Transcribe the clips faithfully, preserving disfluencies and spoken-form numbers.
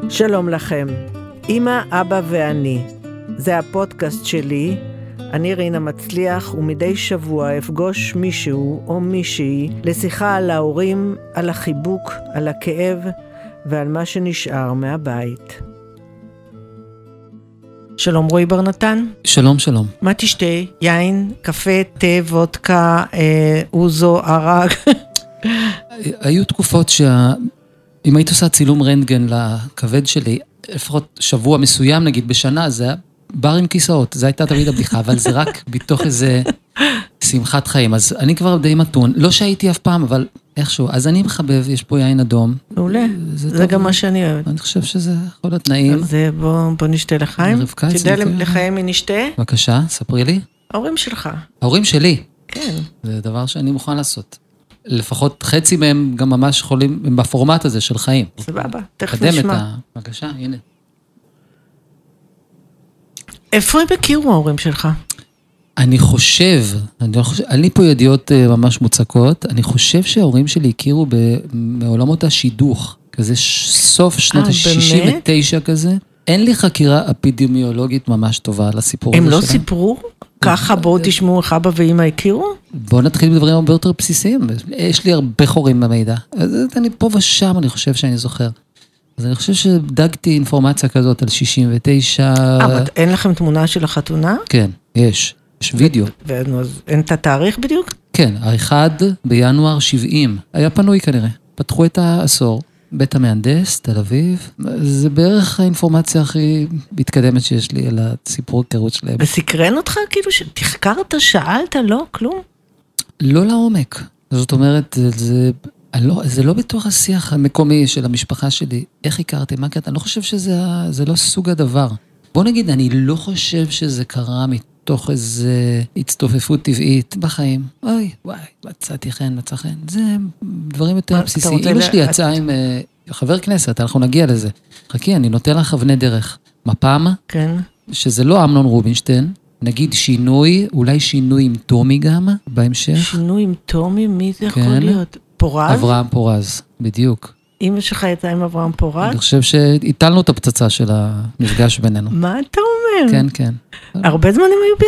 שלום לכם, אמא, אבא ואני. זה הפודקאסט שלי, אני רינה מצליח, ומדי שבוע אפגוש מישהו או מישהי לשיחה על ההורים, על החיבוק, על הכאב ועל מה שנשאר מהבית. שלום רועי בר נתן. שלום, שלום. מה תשתה? יין, קפה, תה, וודקה, אה, אוזו, ערק? היו תקופות שה... אם היית עושה צילום רנטגן לכבד שלי, לפחות שבוע מסוים, נגיד בשנה, זה היה בר עם כיסאות, זה הייתה תמיד הבדיחה, אבל זה רק בתוך איזה שמחת חיים. אז אני כבר די מתון, לא שהייתי אף פעם, אבל איכשהו, אז אני מחבב, יש פה יין אדום. מעולה, זה, זה גם מה שאני אוהבת. אני חושב שזה יכול להיות נעים. אז בוא, בוא נשתה לחיים. תדע לחיים מי נשתה? בבקשה, ספרי לי. ההורים שלך. ההורים שלי. כן. זה דבר שאני מוכן לעשות. לפחות חצי מהם גם ממש יכולים, הם בפורמט הזה של חיים. סבבה, תכף נשמע. ה... בבקשה, הנה. איפה הם הכירו ההורים שלך? אני חושב, אני, חושב, אני פה ידיעות ממש מוצקות, אני חושב שההורים שלי הכירו מעולמות השידוך, כזה סוף שנות ה-שישים ותשע כזה. אין לי חקירה אפידמיולוגית ממש טובה על הסיפור הזה שלהם. הם לא סיפרו? ככה בואו תשמעו איך אבא ואמא הכירו? בואו נתחיל בדברים הרבה יותר בסיסיים. יש לי הרבה חורים במידע. אז אני פה ושם, אני חושב שאני זוכר. אז אני חושב שדגתי אינפורמציה כזאת על שישים ותשע. אבל אין לכם תמונה של החתונה? כן, יש. יש וידאו. אז אין את התאריך בדיוק? כן, האחד בינואר שבעים. היה פנוי כנראה. פתחו את העשור. בית המהנדס, תל אביב. זה בערך האינפורמציה הכי מתקדמת שיש לי על הסיפור הכירות שלהם. וסקרן אותך כאילו שתחקרת, שאלת, לא, כלום? לא לעומק. זאת אומרת, זה, לא, זה לא בתוך השיח המקומי של המשפחה שלי. איך הכרתי, מה קראת? אני לא חושב שזה זה לא סוג הדבר. בוא נגיד, אני לא חושב שזה קרה מתוך איזה הצטופפות טבעית בחיים. אוי, וואי, מצאתי חן, מצא חן. זה דברים יותר בסיסיים. אמא שלי יצאה עם חבר כנסת, אנחנו נגיע לזה. חכי, אני נותן לך אבני דרך. מפעם, כן. שזה לא אמנון רובינשטיין, נגיד שינוי, אולי שינוי עם תומי גם, בהמשך. שינוי עם תומי? מי זה יכול להיות? פורז? אברהם פורז, בדיוק. אמא שלך יצאה עם אברהם פורז? אני חושב שהטלנו את הפצצה של המפגש בינינו. מה אתה אומר? כן, כן. הרבה זמן הם היו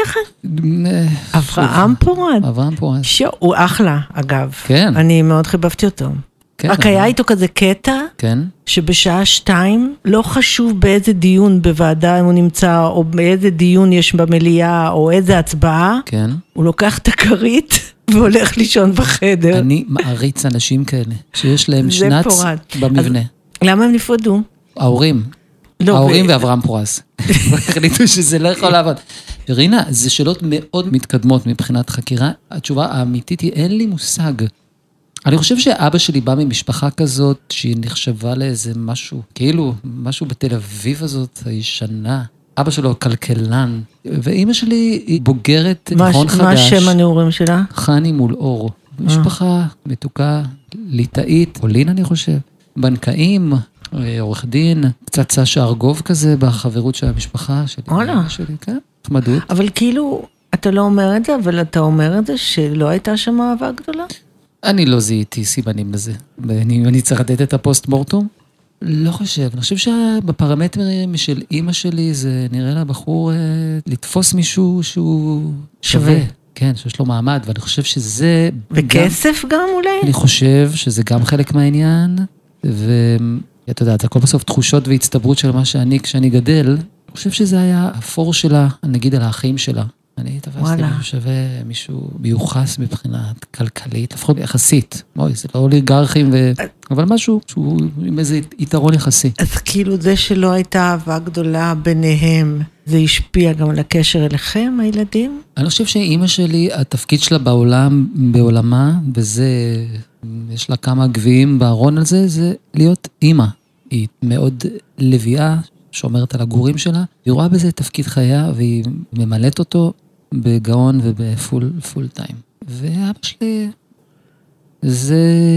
ביחד? אברהם פורז? אברהם פורז. שו, הוא אחלה, אגב. כן. אני מאוד חיבבתי אותו. רק היה איתו כזה קטע, שבשעה שתיים, לא חשוב באיזה דיון בוועדה הוא נמצא, או באיזה דיון יש במליאה, או איזה הצבעה, הוא לוקח את הכרית, והולך לישון בחדר. אני מעריץ אנשים כאלה, שיש להם שנץ במבנה. למה הם נפרדו? ההורים. ההורים ואברהם פורז. החליטו שזה לא יכול לעבוד. רינה, זה שאלות מאוד מתקדמות מבחינת חקירה. התשובה האמיתית היא, אין לי מושג. אני חושב שאבא שלי בא ממשפחה כזאת, שהיא נחשבה לאיזה משהו, כאילו משהו בתל אביב הזאת, הישנה. אבא שלו כלכלן, ואמא שלי היא בוגרת מכון חדש. מה השם הנעורים שלה? חני מול אור. משפחה מתוקה, ליטאית, פולין אני חושב. בנקאים, עורך דין, קצת סשה ארגוב כזה, בחברות של המשפחה שלי. וואלה. כן, חמדות. אבל כאילו, אתה לא אומר את זה, אבל אתה אומר את זה שלא הייתה שם אהבה גדולה? אני לא זיהיתי סימנים לזה. אני, אני צריך לתת את הפוסט מורטום? לא חושב. אני חושב שבפרמטרים של אמא שלי זה נראה לה בחור אה, לתפוס מישהו שהוא שווה. שווה. כן, שיש לו מעמד, ואני חושב שזה... וכסף גם, גם אולי? אני חושב שזה גם חלק מהעניין, ואתה יודע, זה הכל בסוף תחושות והצטברות של מה שאני, כשאני גדל, אני חושב שזה היה הפור שלה, נגיד על האחים שלה. אני תפסתי משהו שווה, מישהו מיוחס מבחינת כלכלית, לפחות יחסית. אוי, זה לא אוליגרכים, ו... אבל משהו שהוא עם איזה יתרון יחסי. אז כאילו זה שלא הייתה אהבה גדולה ביניהם, זה השפיע גם על הקשר אליכם, הילדים? אני חושב שאמא שלי, התפקיד שלה בעולם, בעולמה, וזה, יש לה כמה גביעים בארון על זה, זה להיות אמא. היא מאוד לביאה, שומרת על הגורים שלה, היא רואה בזה תפקיד חייה, והיא ממלאת אותו בגאון ובפול פול טיים. ואבא שלי, זה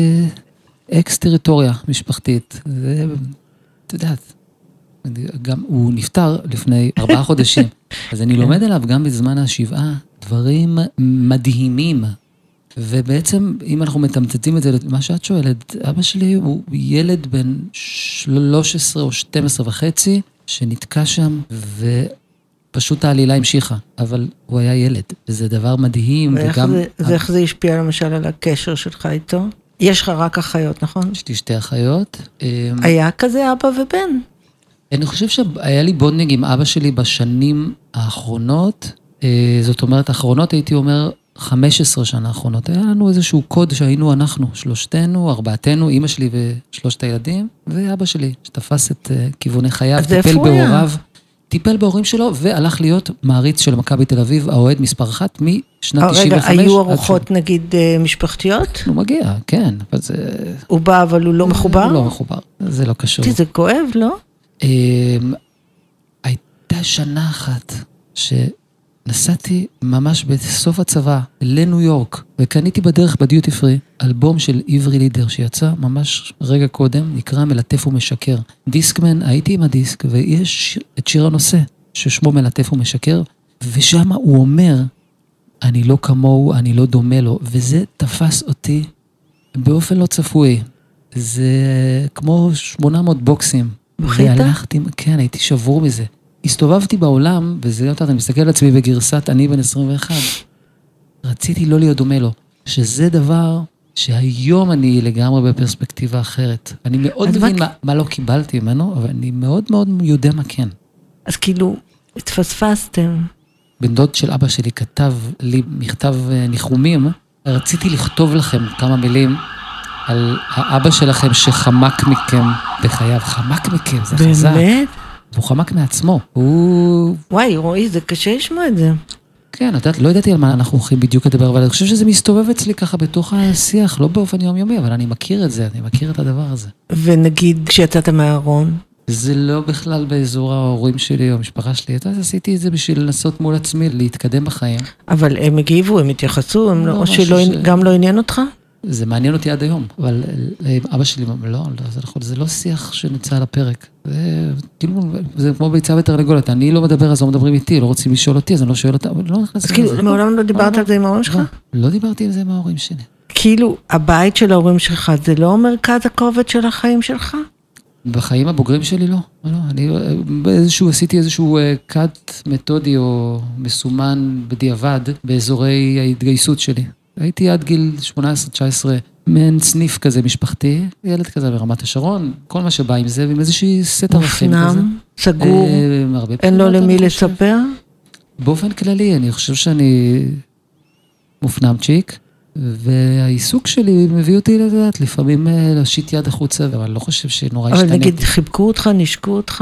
אקס טריטוריה משפחתית. זה, אתה יודעת, גם הוא נפטר לפני ארבעה חודשים, אז אני לומד עליו גם בזמן השבעה, דברים מדהימים. ובעצם, אם אנחנו מתמצתים את זה, מה שאת שואלת, אבא שלי הוא ילד בן שלוש עשרה או שתים עשרה וחצי, שנתקע שם, ופשוט העלילה המשיכה, אבל הוא היה ילד, וזה דבר מדהים, וגם... זה, איך זה השפיע למשל על הקשר שלך איתו? יש לך רק אחיות, נכון? יש לי שתי אחיות. היה כזה אבא ובן? אני חושב שהיה לי בונדינג עם אבא שלי בשנים האחרונות, זאת אומרת, האחרונות הייתי אומר, חמש עשרה שנה האחרונות, היה לנו איזשהו קוד שהיינו אנחנו, שלושתנו, ארבעתנו, אמא שלי ושלושת הילדים, ואבא שלי, שתפס את כיווני חייו, טיפל בהוריו, טיפל בהורים שלו, והלך להיות מעריץ של מכבי תל אביב, האוהד מספר אחת, משנת תשעים וחמש. רגע, היו ארוחות נגיד משפחתיות? הוא מגיע, כן, אבל זה... הוא בא, אבל הוא לא מחובר? הוא לא מחובר, זה לא קשור. זה כואב, לא? הייתה שנה אחת ש... נסעתי ממש בסוף הצבא לניו יורק, וקניתי בדרך בדיוטי פרי, אלבום של עברי לידר שיצא ממש רגע קודם, נקרא מלטף ומשקר. דיסקמן, הייתי עם הדיסק, ויש את שיר הנושא, ששמו מלטף ומשקר, ושם הוא אומר, אני לא כמוהו, אני לא דומה לו, וזה תפס אותי באופן לא צפוי. זה כמו שמונה מאות בוקסים. בכית? והלכתי, כן, הייתי שבור מזה. הסתובבתי בעולם, וזה יודעת, אני מסתכל על עצמי בגרסת אני בן עשרים ואחת, רציתי לא להיות דומה לו, שזה דבר שהיום אני לגמרי בפרספקטיבה אחרת. אני מאוד מבין מה, מה לא קיבלתי ממנו, אבל אני מאוד מאוד יודע מה כן. אז כאילו, התפספסתם. בן דוד של אבא שלי כתב לי מכתב ניחומים, רציתי לכתוב לכם כמה מילים על האבא שלכם שחמק מכם בחייו. חמק מכם, זה באמת? חזק. הוא חמק מעצמו. הוא... וואי, רואי, זה קשה לשמוע את זה. כן, יודעת, לא ידעתי על מה אנחנו הולכים בדיוק לדבר, אבל אני חושב שזה מסתובב אצלי ככה בתוך השיח, לא באופן יומיומי, אבל אני מכיר את זה, אני מכיר את הדבר הזה. ונגיד, כשיצאת מהארון? זה לא בכלל באזור ההורים שלי או המשפחה שלי, אז עשיתי את זה בשביל לנסות מול עצמי, להתקדם בחיים. אבל הם הגיבו, הם התייחסו, הם לא, או שגם לא עניין אותך? זה מעניין אותי עד היום, אבל אבא שלי, לא, לא, זה, זה לא שיח שנמצא על הפרק. זה, כאילו, זה כמו ביצה ותרנגולת, אני לא מדבר, אז לא מדברים איתי, לא רוצים לשאול אותי, אז אני לא שואל אותה, לא נכנס אז כאילו, מעולם לא דיברת על זה עם ההורים שלך? לא דיברתי על זה עם ההורים שלי. כאילו, הבית של ההורים שלך, זה לא מרכז הכובד של החיים שלך? בחיים הבוגרים שלי לא, לא, אני באיזשהו, עשיתי איזשהו קאט מתודי או מסומן בדיעבד באזורי ההתגייסות שלי. הייתי עד גיל שמונה עשרה תשע עשרה, מעין סניף כזה משפחתי, ילד כזה ברמת השרון, כל מה שבא עם זה, ועם איזושהי סט ערכים כזה. מופנם, סגור, אין לו למי לספר? באופן כללי, אני חושב שאני מופנם צ'יק, והעיסוק שלי מביא אותי לדעת, לפעמים להשיט יד החוצה, אבל לא חושב שנורא השתנתי. אבל נגיד, חיבקו אותך, נשקו אותך?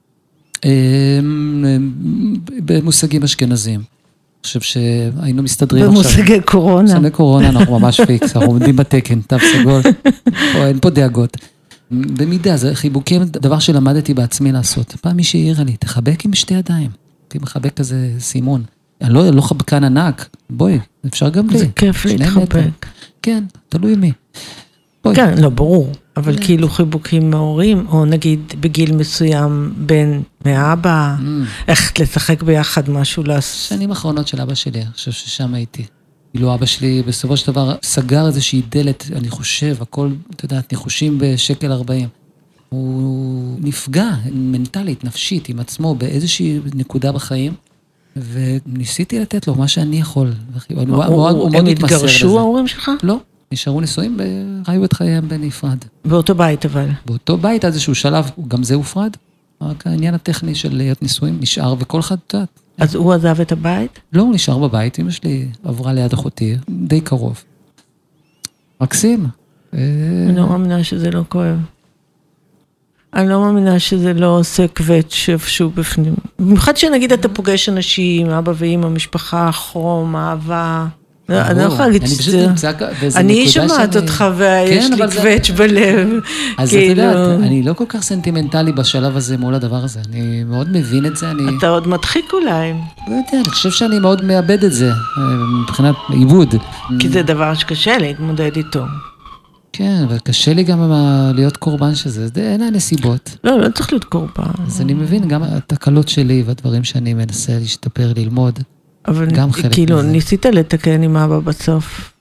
במושגים אשכנזיים. אני חושב שהיינו מסתדרים עכשיו. במושגי קורונה. במושגי קורונה אנחנו ממש פיקס, אנחנו עומדים בתקן, תו סגול, או אין פה דאגות. במידה, זה חיבוקים, דבר שלמדתי בעצמי לעשות. פעם מי שהעירה לי, תחבק עם שתי ידיים. הייתי מחבק כזה סימון. אני לא, לא חבקן ענק, בואי, אפשר גם לי. זה כיף להתחבק. כן, תלוי מי. כן, לא, ברור. אבל כאילו חיבוקים מהורים, או נגיד בגיל מסוים בין מאבא, איך לשחק ביחד משהו לעשות. שנים האחרונות של אבא שלי, אני חושב ששם הייתי. כאילו אבא שלי בסופו של דבר סגר איזושהי דלת, אני חושב, הכל, אתה יודעת, ניחושים בשקל ארבעים. הוא נפגע מנטלית, נפשית, עם עצמו, באיזושהי נקודה בחיים, וניסיתי לתת לו מה שאני יכול. הם התגרשו ההורים שלך? לא. נשארו נישואים, וחיו את חייהם בנפרד. באותו בית אבל. באותו בית, עד איזשהו שלב, גם זה הופרד. רק העניין הטכני של להיות נישואים נשאר, וכל אחד תעת. אז הוא עזב את הבית? לא, הוא נשאר בבית, אמא שלי עברה ליד אחותי, די קרוב. מקסים. אני לא מאמינה שזה לא כואב. אני לא מאמינה שזה לא עושה כבד שפשו בפנים. במיוחד שנגיד אתה פוגש אנשים, אבא ואמא, משפחה, חום, אהבה. אני לא יכולה להגיד שזה... אני שומעת אותך ויש לי קווץ' בלב. אז אתה יודעת, אני לא כל כך סנטימנטלי בשלב הזה מול הדבר הזה. אני מאוד מבין את זה. אתה עוד מדחיק אולי. לא יודע, אני חושב שאני מאוד מאבד את זה, מבחינת עיבוד. כי זה דבר שקשה להתמודד איתו. כן, אבל קשה לי גם להיות קורבן שזה, זה אין הנסיבות. לא, לא צריך להיות קורבן. אז אני מבין גם התקלות שלי והדברים שאני מנסה להשתפר, ללמוד. אבל כאילו, ניסית לתקן עם אבא בסוף?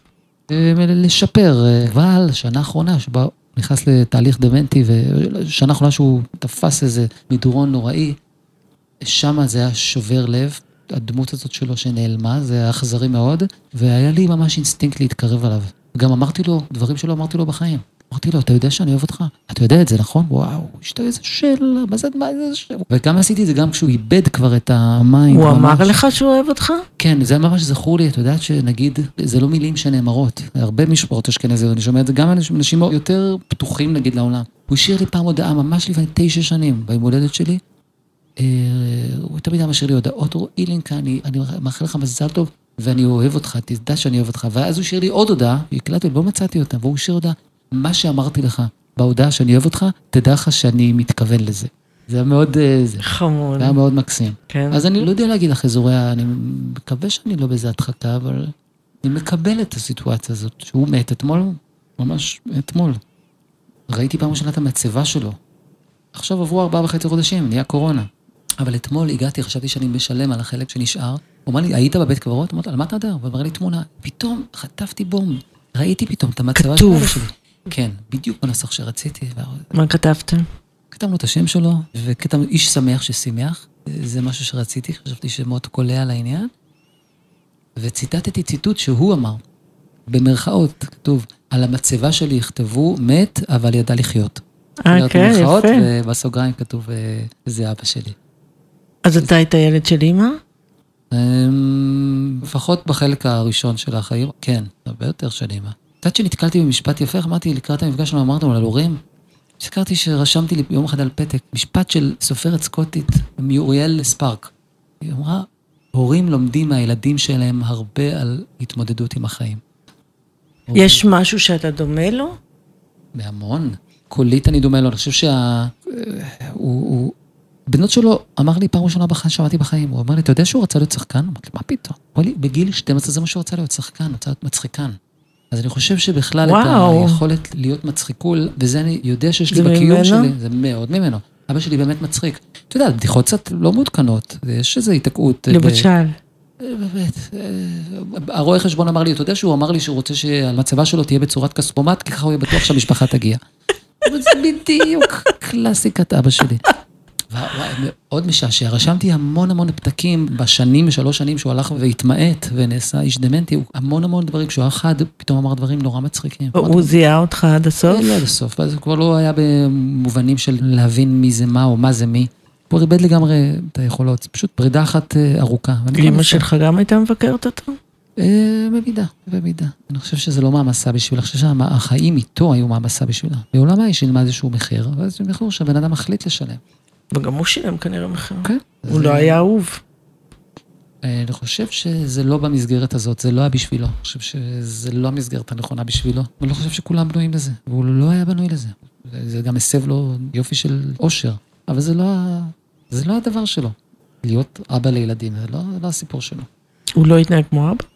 לשפר, אבל שנה האחרונה שבה נכנס לתהליך דמנטי, ושנה האחרונה שהוא תפס איזה מדרון נוראי, שם זה היה שובר לב, הדמות הזאת שלו שנעלמה, זה היה אכזרי מאוד, והיה לי ממש אינסטינקט להתקרב עליו. גם אמרתי לו, דברים שלא אמרתי לו בחיים. אמרתי לו, אתה יודע שאני אוהב אותך? אתה יודע את זה, נכון? וואו, יש לו איזה שאלה, מה זה, מה זה שאלה? וגם עשיתי את זה גם כשהוא איבד כבר את המים. הוא אמר לך שהוא אוהב אותך? כן, זה ממש זכור לי, אתה יודעת שנגיד, זה לא מילים שנאמרות, הרבה משפחות אשכנזיות, אני שומע את זה, גם אנשים יותר פתוחים נגיד לעולם. הוא השאיר לי פעם הודעה, ממש לפני תשע שנים, ביום הולדת שלי, הוא תמיד היה משאיר לי הודעות, אילינקה, אני מאחל לך מזל טוב, ואני אוהב אותך, תדע שאני אוהב אותך, ואז הוא השאיר לי עוד הודעה, הקלטתי, לא מצאתי אותה, והוא השאיר הודעה, מה שאמרתי לך בהודעה שאני אוהב אותך, תדע לך שאני מתכוון לזה. זה היה מאוד, זה חמוד. היה מאוד מקסים. כן. אז אני לא יודע להגיד לך אזוריה, אני מקווה שאני לא בזה הדחקה, אבל אני מקבל את הסיטואציה הזאת, שהוא מת אתמול, ממש אתמול. ראיתי פעם ראשונה את המצבה שלו. עכשיו עברו ארבעה וחצי חודשים, נהיה קורונה. אבל אתמול הגעתי, חשבתי שאני משלם על החלק שנשאר. הוא אמר לי, היית בבית קברות? אמרתי, על מה אתה יודע? הוא אמר לי תמונה. פתאום חטפתי בום. ראיתי פתאום את המצבה שלו. כתוב. כן, בדיוק בנוסח שרציתי. מה כתבתם? כתבנו את השם שלו, וכתבנו איש שמח ששימח. זה משהו שרציתי, חשבתי שמות קולע על העניין. וציטטתי ציטוט שהוא אמר, במרכאות, כתוב, על המצבה שלי יכתבו, מת, אבל ידע לחיות. אה, כן, יפה. ובסוגריים כתוב, זה אבא שלי. אז אתה היית ילד של אמא? לפחות בחלק הראשון של החיים, כן, הרבה יותר של אמא. קצת שנתקלתי במשפט יפה, אמרתי, לקראת המפגש שלנו, אמרתם על הורים, הזכרתי שרשמתי לי יום אחד על פתק, משפט של סופרת סקוטית, מיוריאל ספארק. היא אמרה, הורים לומדים מהילדים שלהם הרבה על התמודדות עם החיים. יש משהו שאתה דומה לו? בהמון. קולית אני דומה לו, אני חושב שה... הוא... בנות שלו אמר לי פעם ראשונה בחיים, שמעתי בחיים, הוא אמר לי, אתה יודע שהוא רצה להיות שחקן? אמרתי, מה פתאום? הוא אמר לי, בגיל שתים עשרה זה מה שהוא רצה להיות שחקן, רצה להיות מצחיקן. אז אני חושב שבכלל את היכולת להיות מצחיקול, וזה אני יודע שיש לי בקיום שלי, זה מאוד ממנו. אבא שלי באמת מצחיק. אתה יודע, בדיחות קצת לא מעודכנות, יש איזו התעקעות. למשל. באמת. הרואה חשבון אמר לי, אתה יודע שהוא אמר לי שהוא רוצה שהמצבה שלו תהיה בצורת כספומט, כי ככה הוא יהיה בטוח שהמשפחה תגיע. אבל זה בדיוק קלאסיקת אבא שלי. וואי, מאוד משעשע. רשמתי המון המון פתקים בשנים, בשלוש שנים שהוא הלך והתמעט ונעשה איש דמנטי, המון המון דברים, כשהוא אחד פתאום אמר דברים נורא מצחיקים. הוא זיהה אותך עד הסוף? לא עד הסוף, זה כבר לא היה במובנים של להבין מי זה מה או מה זה מי. הוא ריבד לגמרי את היכולות, זה פשוט פרידה אחת ארוכה. אמא שלך גם הייתה מבקרת אותו? במידה, במידה. אני חושב שזה לא מעמסה בשבילה, אני חושב שהחיים איתו היו מעמסה בשבילה. בעולם יש למה איזשהו מחיר, אבל זה מחיר שהבן אדם מחליט לשלם. וגם הוא שילם כנראה מחיר. כן. הוא לא היה אהוב. אני חושב שזה לא במסגרת הזאת, זה לא היה בשבילו. אני חושב שזה לא המסגרת הנכונה בשבילו. אני לא חושב שכולם בנויים לזה, והוא לא היה בנוי לזה. זה גם הסב לו יופי של אושר. אבל זה לא, זה לא הדבר שלו. להיות אבא לילדים, זה לא, זה לא הסיפור שלו. הוא לא התנהג כמו אבא?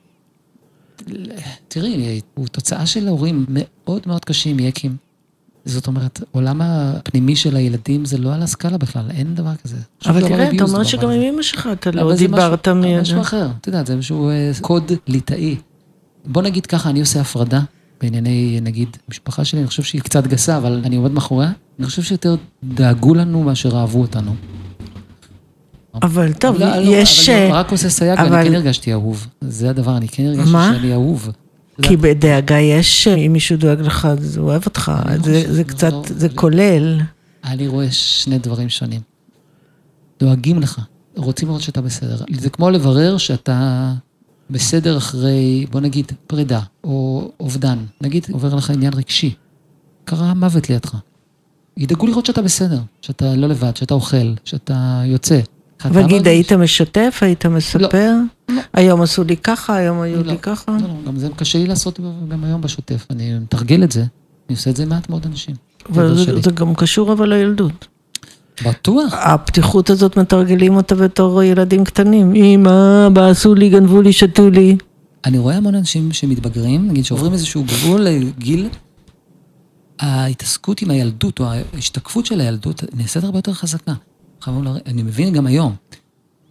תראי, הוא תוצאה של ההורים מאוד מאוד קשים, יקים. זאת אומרת, עולם הפנימי של הילדים זה לא על הסקאלה בכלל, אין דבר כזה. אבל תראה, אתה אומר שגם עם אמא שלך, אתה לא דיברת מיד. אבל זה משהו אחר, אתה יודע, זה משהו קוד ליטאי. בוא נגיד ככה, אני עושה הפרדה בענייני, נגיד, המשפחה שלי, אני חושב שהיא קצת גסה, אבל אני עומד מאחוריה, אני חושב שיותר דאגו לנו מאשר אהבו אותנו. אבל טוב, יש... אבל רק עושה סייג, ואני כן הרגשתי אהוב. זה הדבר, אני כן הרגשתי שאני אהוב. כי בדאגה יש, אם מישהו דואג לך, זה אוהב אותך, זה קצת, זה כולל. אני רואה שני דברים שונים. דואגים לך, רוצים לראות שאתה בסדר. זה כמו לברר שאתה בסדר אחרי, בוא נגיד, פרידה, או אובדן. נגיד, עובר לך עניין רגשי. קרה מוות לידך. ידאגו לראות שאתה בסדר, שאתה לא לבד, שאתה אוכל, שאתה יוצא. וגיד, היית משתף, היית מספר? היום עשו לי ככה, היום היו לי ככה? לא, לא, גם זה קשה לי לעשות גם היום בשוטף. אני מתרגל את זה, אני עושה את זה מעט מאוד אנשים. זה גם קשור אבל לילדות. בטוח. הפתיחות הזאת מתרגלים אותה בתור ילדים קטנים. אמא, אבא, עשו לי, גנבו לי, שתו לי. אני רואה המון אנשים שמתבגרים, נגיד שעוברים איזשהו גבול לגיל, ההתעסקות עם הילדות, או ההשתקפות של הילדות, נעשית הרבה יותר חזקה. אני מבין גם היום.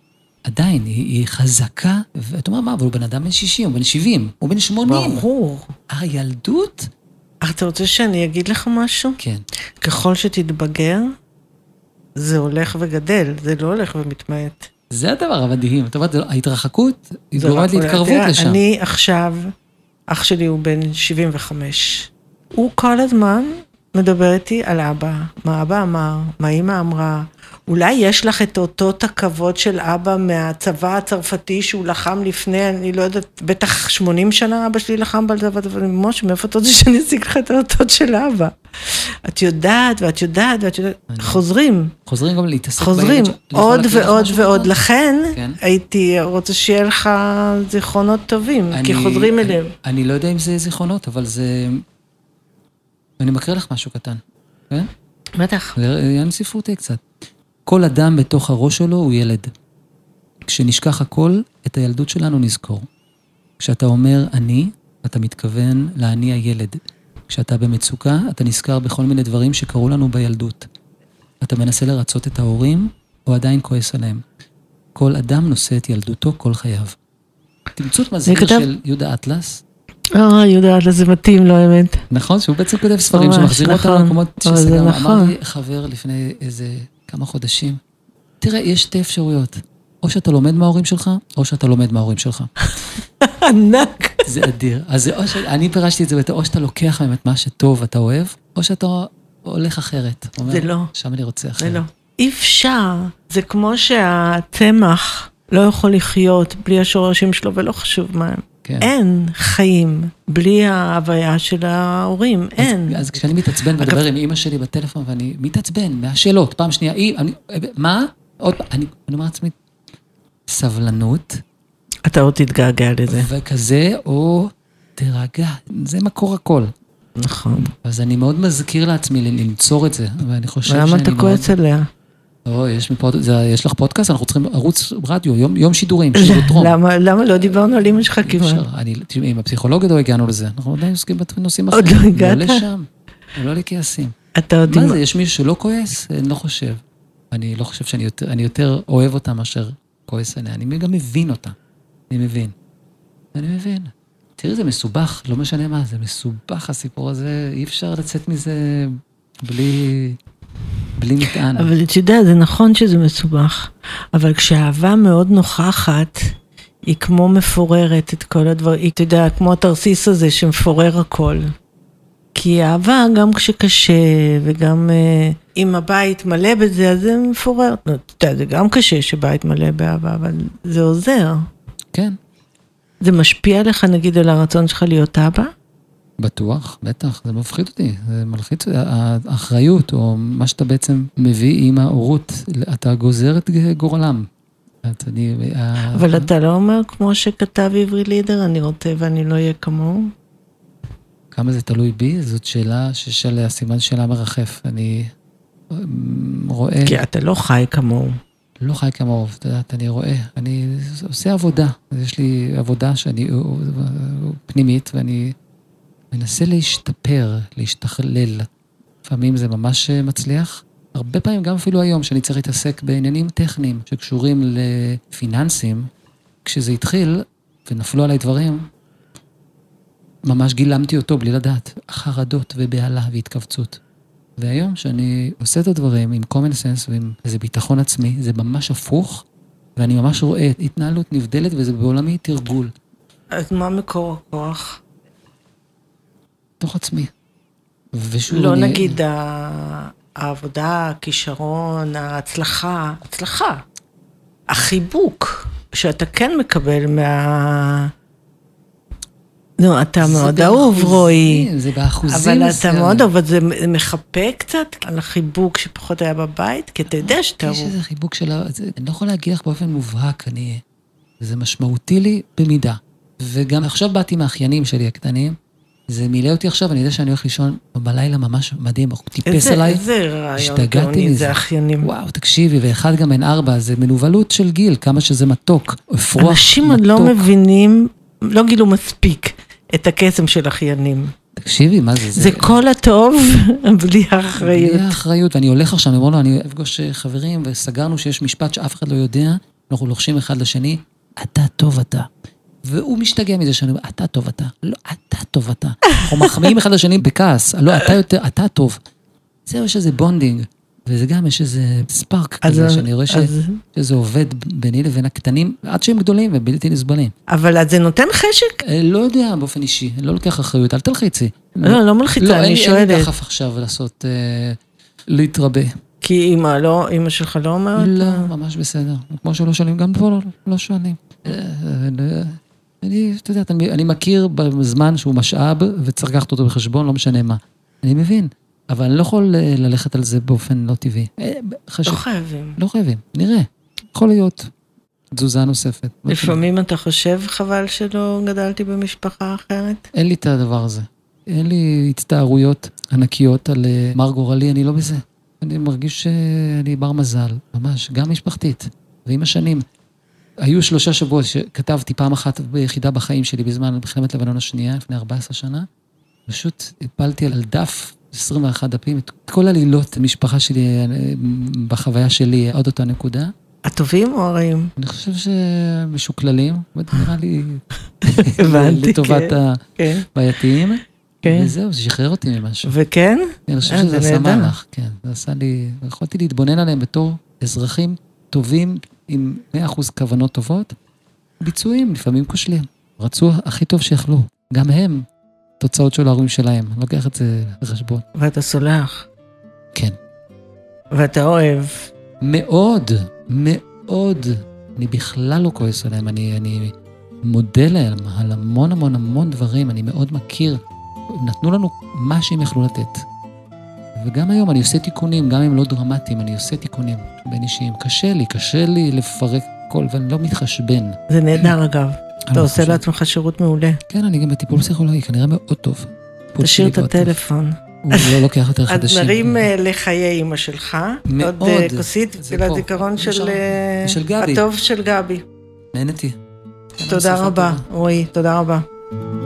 עדיין, היא, היא חזקה, ואתה אומר, מה, אבל הוא בן אדם בן שישים, הוא בן שבעים, הוא בן שמונים. ברור. הילדות? אתה רוצה שאני אגיד לך משהו? כן. ככל שתתבגר, זה הולך וגדל, זה לא הולך ומתמעט. זה הדבר המדהים. זאת אומרת, ההתרחקות, היא גורמת להתקרבות לשם. אני עכשיו, אח שלי הוא בן שבעים וחמש. הוא כל הזמן מדבר איתי על אבא, מה אבא אמר, מה אמא אמרה. אולי יש לך את אותות הכבוד של אבא מהצבא הצרפתי שהוא לחם לפני, אני לא יודעת, בטח שמונים שנה אבא שלי לחם בצבא, אבל משה, מאיפה אתה רוצה שאני אשיג לך את האותות של אבא? את יודעת, ואת יודעת, ואת יודעת, חוזרים. חוזרים גם להתעסק. חוזרים, עוד ועוד ועוד. לכן הייתי רוצה שיהיה לך זיכרונות טובים, כי חוזרים אליהם. אני לא יודע אם זה זיכרונות, אבל זה... אני מקריא לך משהו קטן. כן? בטח. אני ספרותי קצת. כל אדם בתוך הראש שלו הוא ילד. כשנשכח הכל, את הילדות שלנו נזכור. כשאתה אומר אני, אתה מתכוון לעני הילד. כשאתה במצוקה, אתה נזכר בכל מיני דברים שקרו לנו בילדות. אתה מנסה לרצות את ההורים, או עדיין כועס עליהם. כל אדם נושא את ילדותו כל חייו. תמצאות מזהיר כתב... של יהודה אטלס. אה, יהודה אטלס, זה מתאים, לא האמת. נכון, שהוא בעצם כותב ספרים שמחזיר אותם למקומות שסגר. אמר לי חבר לפני איזה כמה חודשים, תראה, יש שתי אפשרויות. או שאתה לומד מההורים שלך, או שאתה לומד מההורים שלך. ענק. זה אדיר. אז או ש... אני פירשתי את זה, או שאתה לוקח מהם את מה שטוב אתה אוהב, או שאתה הולך אחרת. אומר, זה לא. שם אני רוצה אחרת. זה לא. אי אפשר. זה כמו שהצמח לא יכול לחיות בלי השורשים שלו, ולא חשוב מה הם. כן. אין חיים בלי ההוויה של ההורים, אז, אין. אז כשאני מתעצבן ודבר אגב... עם אמא שלי בטלפון, ואני מתעצבן מהשאלות, פעם שנייה, אני, מה? עוד פעם, אני, אני אומר לעצמי, סבלנות. אתה עוד תתגעגע לזה. וכזה, או תרגע, זה מקור הכל. נכון. אז אני מאוד מזכיר לעצמי לנצור את זה, ואני חושב שאני מאוד... ולמה אתה כועס עליה? או, יש, מפוד... זה, יש לך פודקאסט, אנחנו צריכים ערוץ רדיו, יום, יום שידורים, שידוטרום. למה, למה לא דיברנו על אמא שלך כמעט? אני, עם הפסיכולוגיה לא הגענו לזה, אנחנו עדיין עוסקים בנושאים אחרים. עוד לא הגעת? לא לשם, לא לכעסים. אתה עוד... מה זה, יש מישהו שלא כועס? אני לא חושב. אני לא חושב שאני יותר, אני יותר אוהב אותה מאשר כועס עליה. אני גם מבין אותה. אני מבין. אני מבין. תראי, זה מסובך, לא משנה מה, זה מסובך הסיפור הזה, אי אפשר לצאת מזה בלי... בלי מטען. אבל אתה יודע, זה נכון שזה מסובך, אבל כשאהבה מאוד נוכחת, היא כמו מפוררת את כל הדברים, היא, אתה יודע, כמו התרסיס הזה שמפורר הכל. כי אהבה גם כשקשה, וגם אה, אם הבית מלא בזה, אז זה מפורר. לא, אתה יודע, זה גם קשה שבית מלא באהבה, אבל זה עוזר. כן. זה משפיע לך, נגיד, על הרצון שלך להיות אבא? בטוח, בטח, זה מפחיד אותי, זה מלחיץ, האחריות, או מה שאתה בעצם מביא עם ההורות, אתה גוזר את גורלם. אני, אבל אתה לא אומר, כמו שכתב עברי לידר, אני רוצה ואני לא אהיה כמוהו? כמה זה תלוי בי? זאת שאלה ששאל הסימן שאלה מרחף. אני רואה... כי אתה לא חי כמוהו. לא חי כמוהו, אתה יודעת, אני רואה, אני עושה עבודה, יש לי עבודה שאני פנימית, ואני... מנסה להשתפר, להשתכלל. לפעמים זה ממש מצליח. הרבה פעמים, גם אפילו היום, שאני צריך להתעסק בעניינים טכניים, שקשורים לפיננסים, כשזה התחיל, ונפלו עליי דברים, ממש גילמתי אותו בלי לדעת. חרדות ובעלה והתכווצות. והיום, שאני עושה את הדברים עם common sense ועם איזה ביטחון עצמי, זה ממש הפוך, ואני ממש רואה התנהלות נבדלת, וזה בעולמי תרגול. אז מה מקור הכוח? תוך עצמי. לא אני... נגיד העבודה, הכישרון, ההצלחה, הצלחה, החיבוק שאתה כן מקבל מה... לא, אתה מאוד אהוב, רועי. זה באחוזים. אבל אתה מאוד אהוב, אבל זה מחפה קצת על החיבוק שפחות היה בבית, כי אתה יודע שאתה אהוב. יש איזה חיבוק של... אני לא יכול להגיד לך באופן מובהק, אני... זה משמעותי לי במידה. וגם עכשיו באתי מהאחיינים שלי הקטנים, זה מילא אותי עכשיו, אני יודע שאני הולך לישון בלילה ממש מדהים, הוא טיפס עליי. איזה רעיון גאוני, זה אחיינים. וואו, תקשיבי, ואחד גם אין ארבע, זה מנובלות של גיל, כמה שזה מתוק, אפרוח, אנשים עוד לא מבינים, לא גילו מספיק את הקסם של אחיינים. תקשיבי, מה זה? זה כל הטוב, בלי האחריות. בלי האחריות, ואני הולך עכשיו, אני אומר לו, אני אפגוש חברים, וסגרנו שיש משפט שאף אחד לא יודע, אנחנו לוחשים אחד לשני, אתה טוב אתה. והוא משתגע מזה שאני אומר, אתה טוב אתה. לא, אתה טוב אתה. אנחנו מחמיאים אחד לשני בכעס. לא, אתה יותר, אתה טוב. זהו, יש איזה בונדינג. וזה גם, יש איזה ספארק כזה, שאני רואה שזה עובד ביני לבין הקטנים, עד שהם גדולים ובלתי נסבלים. אבל אז זה נותן חשק? לא יודע, באופן אישי. אני לא לוקח אחריות, אל תלחיצי. לא, לא מלחיצה, אני שואלת. אין לי דחף עכשיו לעשות, להתרבה. כי אמא לא, אמא שלך לא אומרת? לא, ממש בסדר. כמו שלא שואלים, גם פה לא שואלים. אני, אתה יודע, אני מכיר בזמן שהוא משאב, וצריך לקחת אותו בחשבון, לא משנה מה. אני מבין. אבל אני לא יכול ללכת על זה באופן לא טבעי. לא חייבים. לא חייבים, נראה. יכול להיות תזוזה נוספת. לפעמים אתה חושב חבל שלא גדלתי במשפחה אחרת? אין לי את הדבר הזה. אין לי הצטערויות ענקיות על מר גורלי, אני לא בזה. אני מרגיש שאני בר מזל, ממש, גם משפחתית. ועם השנים, היו שלושה שבועות שכתבתי פעם אחת ביחידה בחיים שלי, בזמן מלחמת לבנון השנייה, לפני ארבע עשרה שנה, פשוט הפלתי על דף עשרים ואחת דפים, את כל עלילות המשפחה שלי, בחוויה שלי, עוד אותה נקודה. הטובים או הרעים? אני חושב שמשוקללים, נראה לי לטובת הבעייתיים. וזהו, זה שחרר אותי ממשהו. וכן? אני חושב שזה עשה מהלך, כן. זה עשה לי, יכולתי להתבונן עליהם בתור אזרחים טובים, עם מאה אחוז כוונות טובות, ביצועים, לפעמים כושלים. רצו הכי טוב שיכלו. גם הם, תוצאות של ההורים שלהם. אני לוקח את זה לחשבון. ואתה סולח. כן. ואתה אוהב. מאוד, מאוד. אני בכלל לא כועס עליהם. אני, אני מודה להם על המון המון המון דברים. אני מאוד מכיר. הם נתנו לנו מה שהם יכלו לתת. וגם היום אני עושה תיקונים, גם אם לא דרמטיים, אני עושה תיקונים בין אישיים. קשה לי, קשה לי לפרק כל, ואני לא מתחשבן. זה נהדר אגב. אתה עושה לעצמך שירות מעולה. כן, אני גם בטיפול פסיכולוגי, כנראה מאוד טוב. תשאיר את הטלפון. הוא לא לוקח יותר חדשים. אז נרים לחיי אמא שלך. מאוד. עוד כוסית לזיכרון של הטוב של גבי. נהנתי. תודה רבה, רועי, תודה רבה.